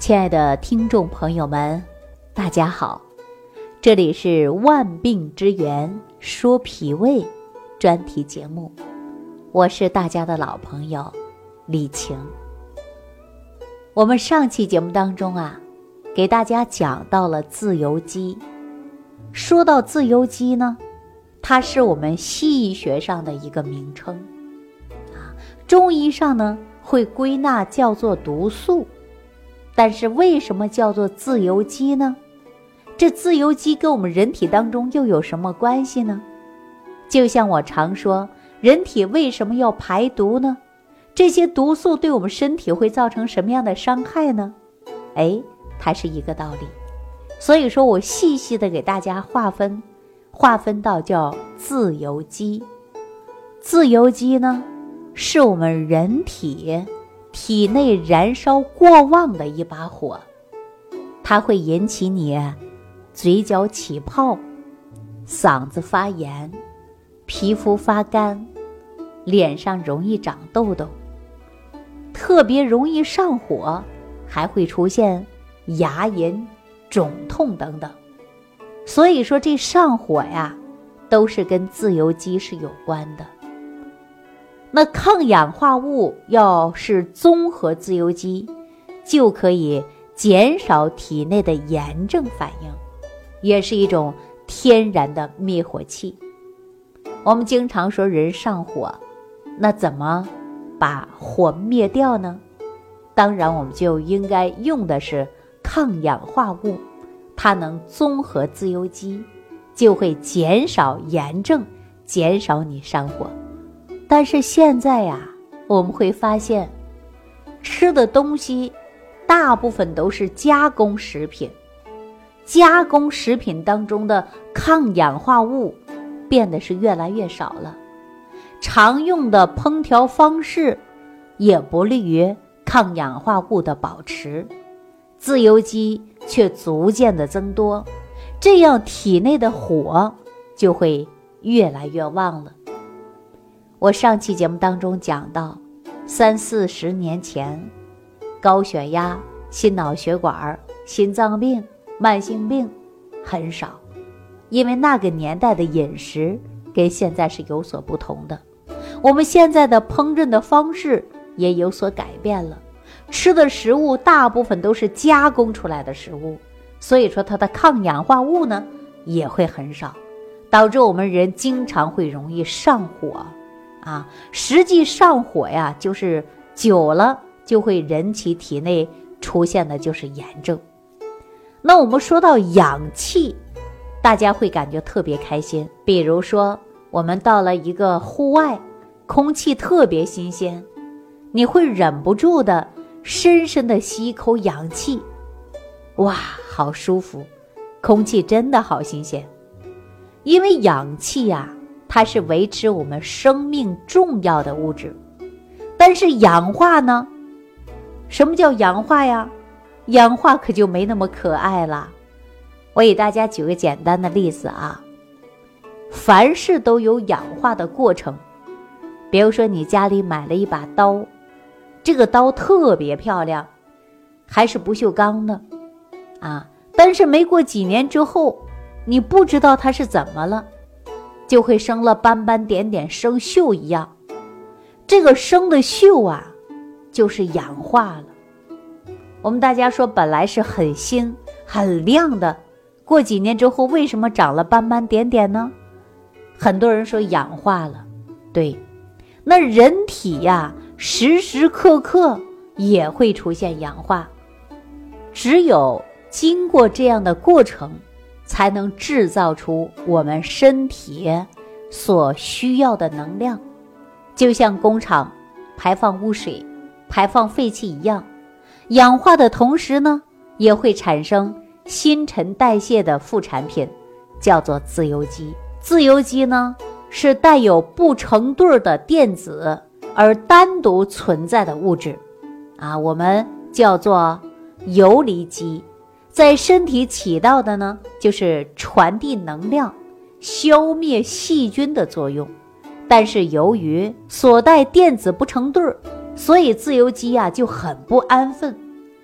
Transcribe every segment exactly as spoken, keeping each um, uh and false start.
亲爱的听众朋友们，大家好，这里是万病之源说脾胃专题节目，我是大家的老朋友李晴。我们上期节目当中啊，给大家讲到了自由基。说到自由基呢，它是我们西医学上的一个名称啊，中医上呢会归纳叫做毒素。但是为什么叫做自由基呢？这自由基跟我们人体当中又有什么关系呢？就像我常说，人体为什么要排毒呢？这些毒素对我们身体会造成什么样的伤害呢？哎，它是一个道理。所以说我细细的给大家划分，划分到叫自由基。自由基呢，是我们人体体内燃烧过旺的一把火，它会引起你嘴角起泡、嗓子发炎、皮肤发干、脸上容易长痘痘，特别容易上火，还会出现牙龈、肿痛等等。所以说这上火呀，都是跟自由基是有关的。那抗氧化物要是综合自由基，就可以减少体内的炎症反应，也是一种天然的灭火器。我们经常说人上火，那怎么把火灭掉呢？当然我们就应该用的是抗氧化物，它能综合自由基，就会减少炎症，减少你上火。但是现在呀，我们会发现吃的东西大部分都是加工食品，加工食品当中的抗氧化物变得是越来越少了，常用的烹调方式也不利于抗氧化物的保持，自由基却逐渐的增多，这样体内的火就会越来越旺了。我上期节目当中讲到，三四十年前，高血压、心脑血管、心脏病、慢性病很少，因为那个年代的饮食跟现在是有所不同的，我们现在的烹饪的方式也有所改变了，吃的食物大部分都是加工出来的食物，所以说它的抗氧化物呢也会很少，导致我们人经常会容易上火啊，实际上火呀，就是久了就会引起体内出现的就是炎症。那我们说到氧气，大家会感觉特别开心，比如说我们到了一个户外，空气特别新鲜，你会忍不住的深深的吸一口氧气，哇，好舒服，空气真的好新鲜。因为氧气呀，它是维持我们生命重要的物质。但是氧化呢？什么叫氧化呀？氧化可就没那么可爱了。我给大家举个简单的例子啊，凡事都有氧化的过程。比如说你家里买了一把刀，这个刀特别漂亮，还是不锈钢的啊，但是没过几年之后，你不知道它是怎么了，就会生了斑斑点点，生锈一样。这个生的锈啊，就是氧化了。我们大家说本来是很新很亮的，过几年之后为什么长了斑斑点点呢？很多人说氧化了。对，那人体呀，时时刻刻也会出现氧化，只有经过这样的过程，才能制造出我们身体所需要的能量。就像工厂排放污水、排放废气一样，氧化的同时呢，也会产生新陈代谢的副产品，叫做自由基。自由基呢，是带有不成对的电子而单独存在的物质啊，我们叫做游离基。在身体起到的呢，就是传递能量、消灭细菌的作用。但是由于所带电子不成对，所以自由基啊就很不安分，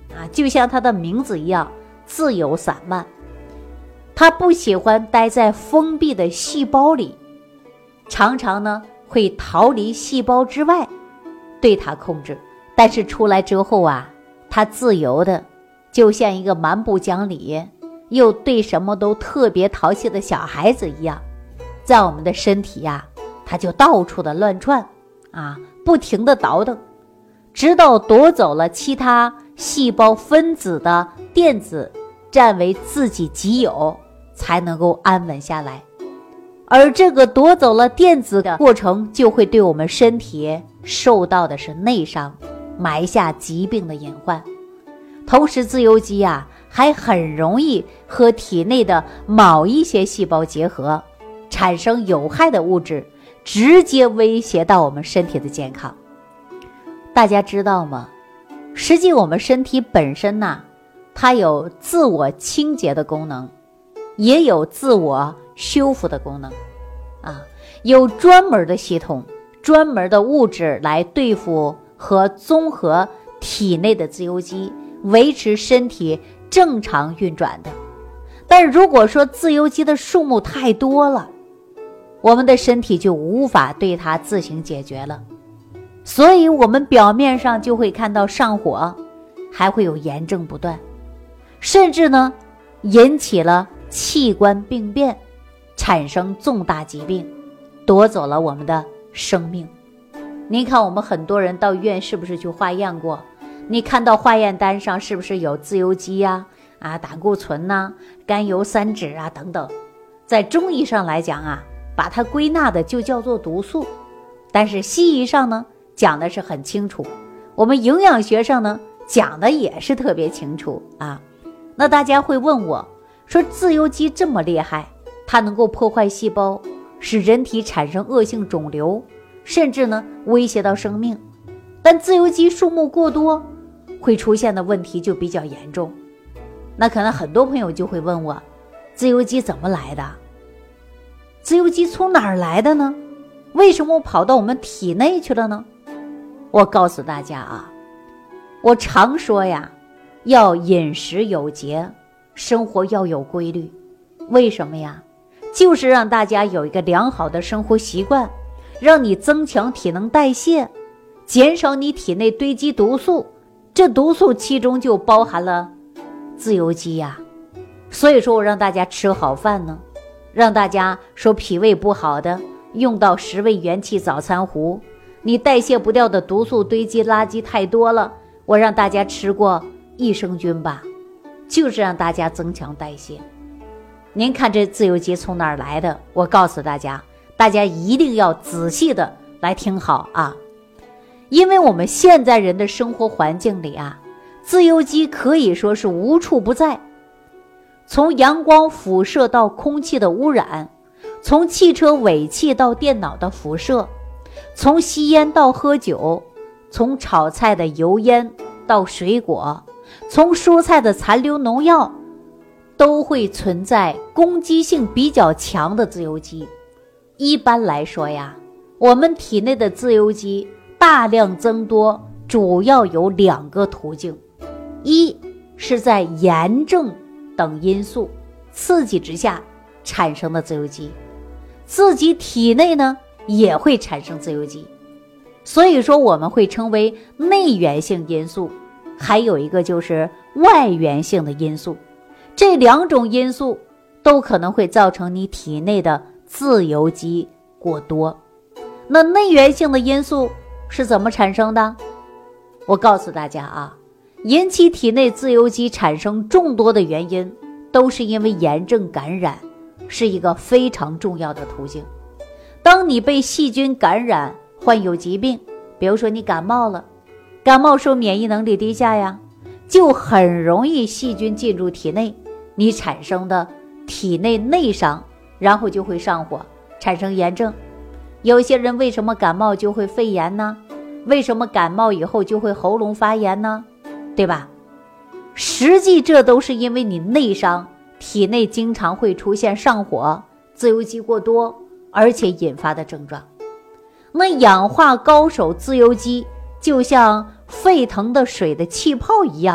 啊，就像它的名字一样，自由散漫。它不喜欢待在封闭的细胞里，常常呢会逃离细胞之外，对它控制。但是出来之后啊，它自由的，就像一个蛮不讲理又对什么都特别淘气的小孩子一样，在我们的身体呀、啊，它就到处的乱窜啊，不停的倒腾，直到夺走了其他细胞分子的电子，占为自己己有，才能够安稳下来。而这个夺走了电子的过程，就会对我们身体受到的是内伤，埋下疾病的隐患。同时自由基啊，还很容易和体内的某一些细胞结合，产生有害的物质，直接威胁到我们身体的健康。大家知道吗？实际我们身体本身呐、啊，它有自我清洁的功能，也有自我修复的功能啊，有专门的系统，专门的物质来对付和综合体内的自由基，维持身体正常运转的。但如果说自由基的数目太多了，我们的身体就无法对它自行解决了，所以我们表面上就会看到上火，还会有炎症不断，甚至呢引起了器官病变，产生重大疾病，夺走了我们的生命。您看我们很多人到医院是不是去化验过？你看到化验单上是不是有自由基呀、啊、啊胆固醇呐、啊、甘油三酯啊等等？在中医上来讲啊，把它归纳的就叫做毒素，但是西医上呢讲的是很清楚，我们营养学上呢讲的也是特别清楚啊。那大家会问我说，自由基这么厉害，它能够破坏细胞，使人体产生恶性肿瘤，甚至呢威胁到生命，但自由基数目过多会出现的问题就比较严重。那可能很多朋友就会问我，自由基怎么来的？自由基从哪儿来的呢？为什么跑到我们体内去了呢？我告诉大家啊，我常说呀，要饮食有节，生活要有规律。为什么呀？就是让大家有一个良好的生活习惯，让你增强体能代谢，减少你体内堆积毒素，这毒素其中就包含了自由基呀。所以说我让大家吃好饭呢，让大家说脾胃不好的用到十味元气早餐糊，你代谢不掉的毒素堆积垃圾太多了，我让大家吃过益生菌吧，就是让大家增强代谢。您看这自由基从哪儿来的？我告诉大家，大家一定要仔细的来听好啊，因为我们现在人的生活环境里啊，自由基可以说是无处不在。从阳光辐射到空气的污染，从汽车尾气到电脑的辐射，从吸烟到喝酒，从炒菜的油烟到水果，从蔬菜的残留农药，都会存在攻击性比较强的自由基。一般来说呀，我们体内的自由基大量增多主要有两个途径，一是在炎症等因素刺激之下产生的自由基，自己体内呢也会产生自由基，所以说我们会称为内源性因素，还有一个就是外源性的因素。这两种因素都可能会造成你体内的自由基过多。那内源性的因素是怎么产生的？我告诉大家啊，引起体内自由基产生众多的原因都是因为炎症感染，是一个非常重要的途径。当你被细菌感染，患有疾病，比如说你感冒了，感冒时候免疫能力低下呀，就很容易细菌进入体内，你产生的体内内伤，然后就会上火，产生炎症。有些人为什么感冒就会肺炎呢？为什么感冒以后就会喉咙发炎呢？对吧？实际这都是因为你内伤，体内经常会出现上火、自由基过多，而且引发的症状。那氧化高手自由基就像沸腾的水的气泡一样，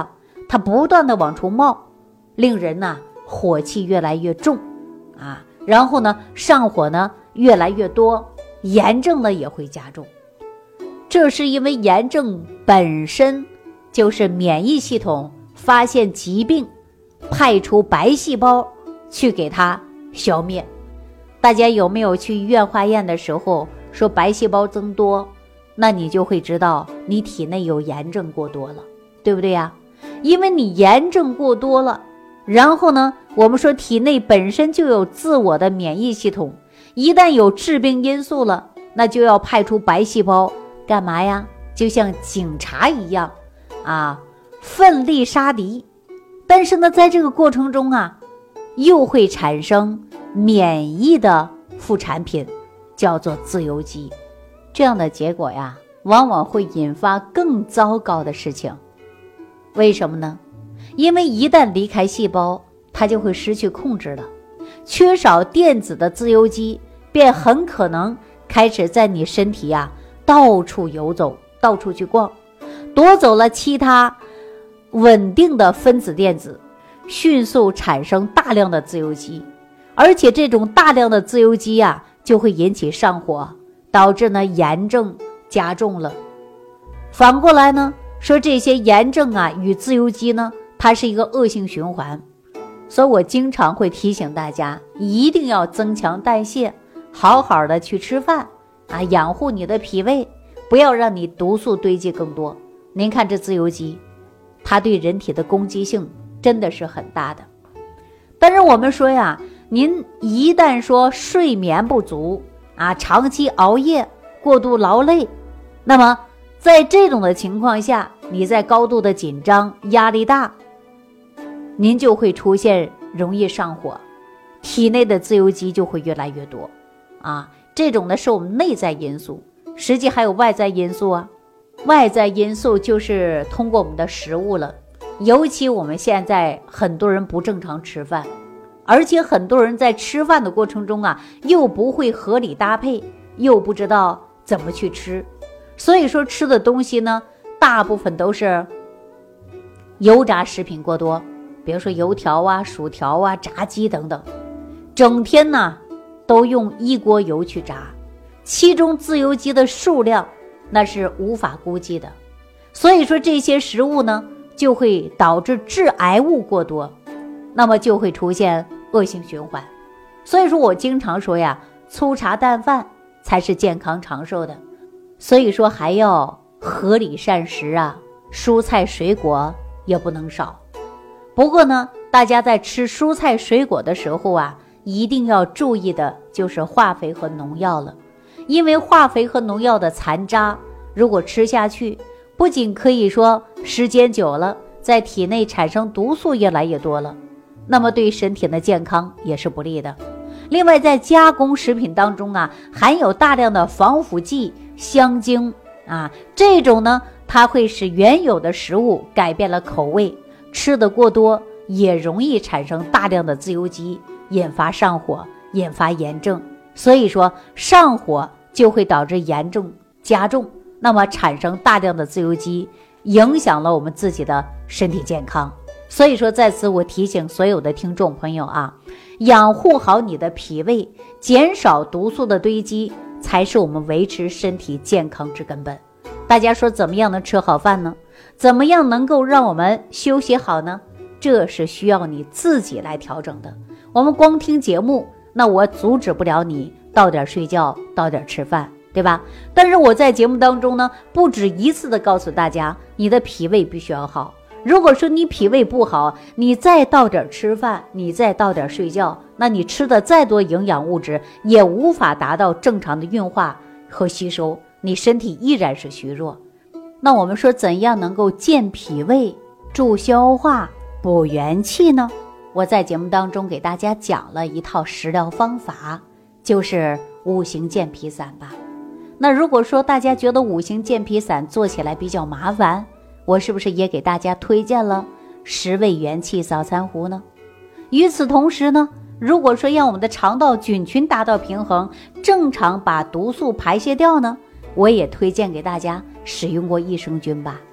它不断的往出冒，令人呢、啊、火气越来越重啊，然后呢上火呢越来越多，炎症呢也会加重。这是因为炎症本身就是免疫系统发现疾病，派出白细胞去给它消灭。大家有没有去医院化验的时候说白细胞增多，那你就会知道你体内有炎症过多了，对不对呀？因为你炎症过多了，然后呢我们说体内本身就有自我的免疫系统，一旦有致病因素了，那就要派出白细胞干嘛呀？就像警察一样啊，奋力杀敌。但是呢在这个过程中啊，又会产生免疫的副产品，叫做自由基。这样的结果呀，往往会引发更糟糕的事情。为什么呢？因为一旦离开细胞，它就会失去控制了，缺少电子的自由基，便很可能开始在你身体呀、啊、到处游走，到处去逛，夺走了其他稳定的分子电子，迅速产生大量的自由基，而且这种大量的自由基啊，就会引起上火，导致呢炎症加重了。反过来呢，说这些炎症啊与自由基呢，它是一个恶性循环。所以我经常会提醒大家，一定要增强代谢，好好的去吃饭啊，养护你的脾胃，不要让你毒素堆积更多。您看这自由基，它对人体的攻击性真的是很大的。但是我们说呀，您一旦说睡眠不足啊，长期熬夜，过度劳累，那么在这种的情况下，你在高度的紧张压力大，您就会出现容易上火，体内的自由基就会越来越多啊。这种呢是我们内在因素，实际还有外在因素啊。外在因素就是通过我们的食物了，尤其我们现在很多人不正常吃饭，而且很多人在吃饭的过程中啊，又不会合理搭配，又不知道怎么去吃，所以说吃的东西呢，大部分都是油炸食品过多，比如说油条啊、薯条啊、炸鸡等等，整天呢都用一锅油去炸，其中自由基的数量那是无法估计的。所以说这些食物呢，就会导致致癌物过多，那么就会出现恶性循环。所以说我经常说呀，粗茶淡饭才是健康长寿的。所以说还要合理膳食啊，蔬菜水果也不能少。不过呢，大家在吃蔬菜水果的时候啊，一定要注意的就是化肥和农药了。因为化肥和农药的残渣如果吃下去，不仅可以说时间久了在体内产生毒素越来越多了，那么对身体的健康也是不利的。另外在加工食品当中啊，含有大量的防腐剂、香精啊，这种呢它会使原有的食物改变了口味，吃得过多也容易产生大量的自由基，引发上火，引发炎症。所以说上火就会导致炎症加重，那么产生大量的自由基，影响了我们自己的身体健康。所以说在此我提醒所有的听众朋友啊，养护好你的脾胃，减少毒素的堆积，才是我们维持身体健康之根本。大家说怎么样能吃好饭呢？怎么样能够让我们休息好呢？这是需要你自己来调整的。我们光听节目，那我阻止不了你到点睡觉，到点吃饭，对吧？但是我在节目当中呢，不止一次的告诉大家，你的脾胃必须要好。如果说你脾胃不好，你再到点吃饭，你再到点睡觉，那你吃的再多营养物质也无法达到正常的运化和吸收，你身体依然是虚弱。那我们说怎样能够健脾胃、助消化、补元气呢？我在节目当中给大家讲了一套食疗方法，就是五行健脾散吧。那如果说大家觉得五行健脾散做起来比较麻烦，我是不是也给大家推荐了十味元气早餐壶呢？与此同时呢，如果说让我们的肠道菌群达到平衡，正常把毒素排泄掉呢，我也推荐给大家使用过益生菌吧。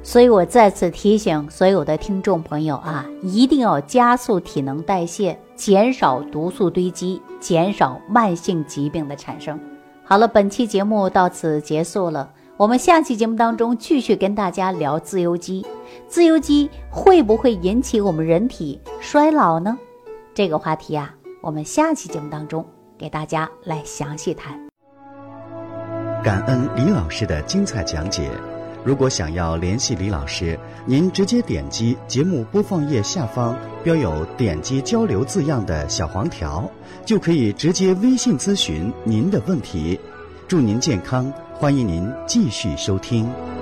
所以我再次提醒所有的听众朋友啊，一定要加速体能代谢，减少毒素堆积，减少慢性疾病的产生。好了，本期节目到此结束了，我们下期节目当中继续跟大家聊自由基。自由基会不会引起我们人体衰老呢？这个话题啊，我们下期节目当中给大家来详细谈。 感恩李老师的精彩讲解。如果想要联系李老师，您直接点击节目播放页下方标有点击交流字样的小黄条，就可以直接微信咨询您的问题。祝您健康，欢迎您继续收听。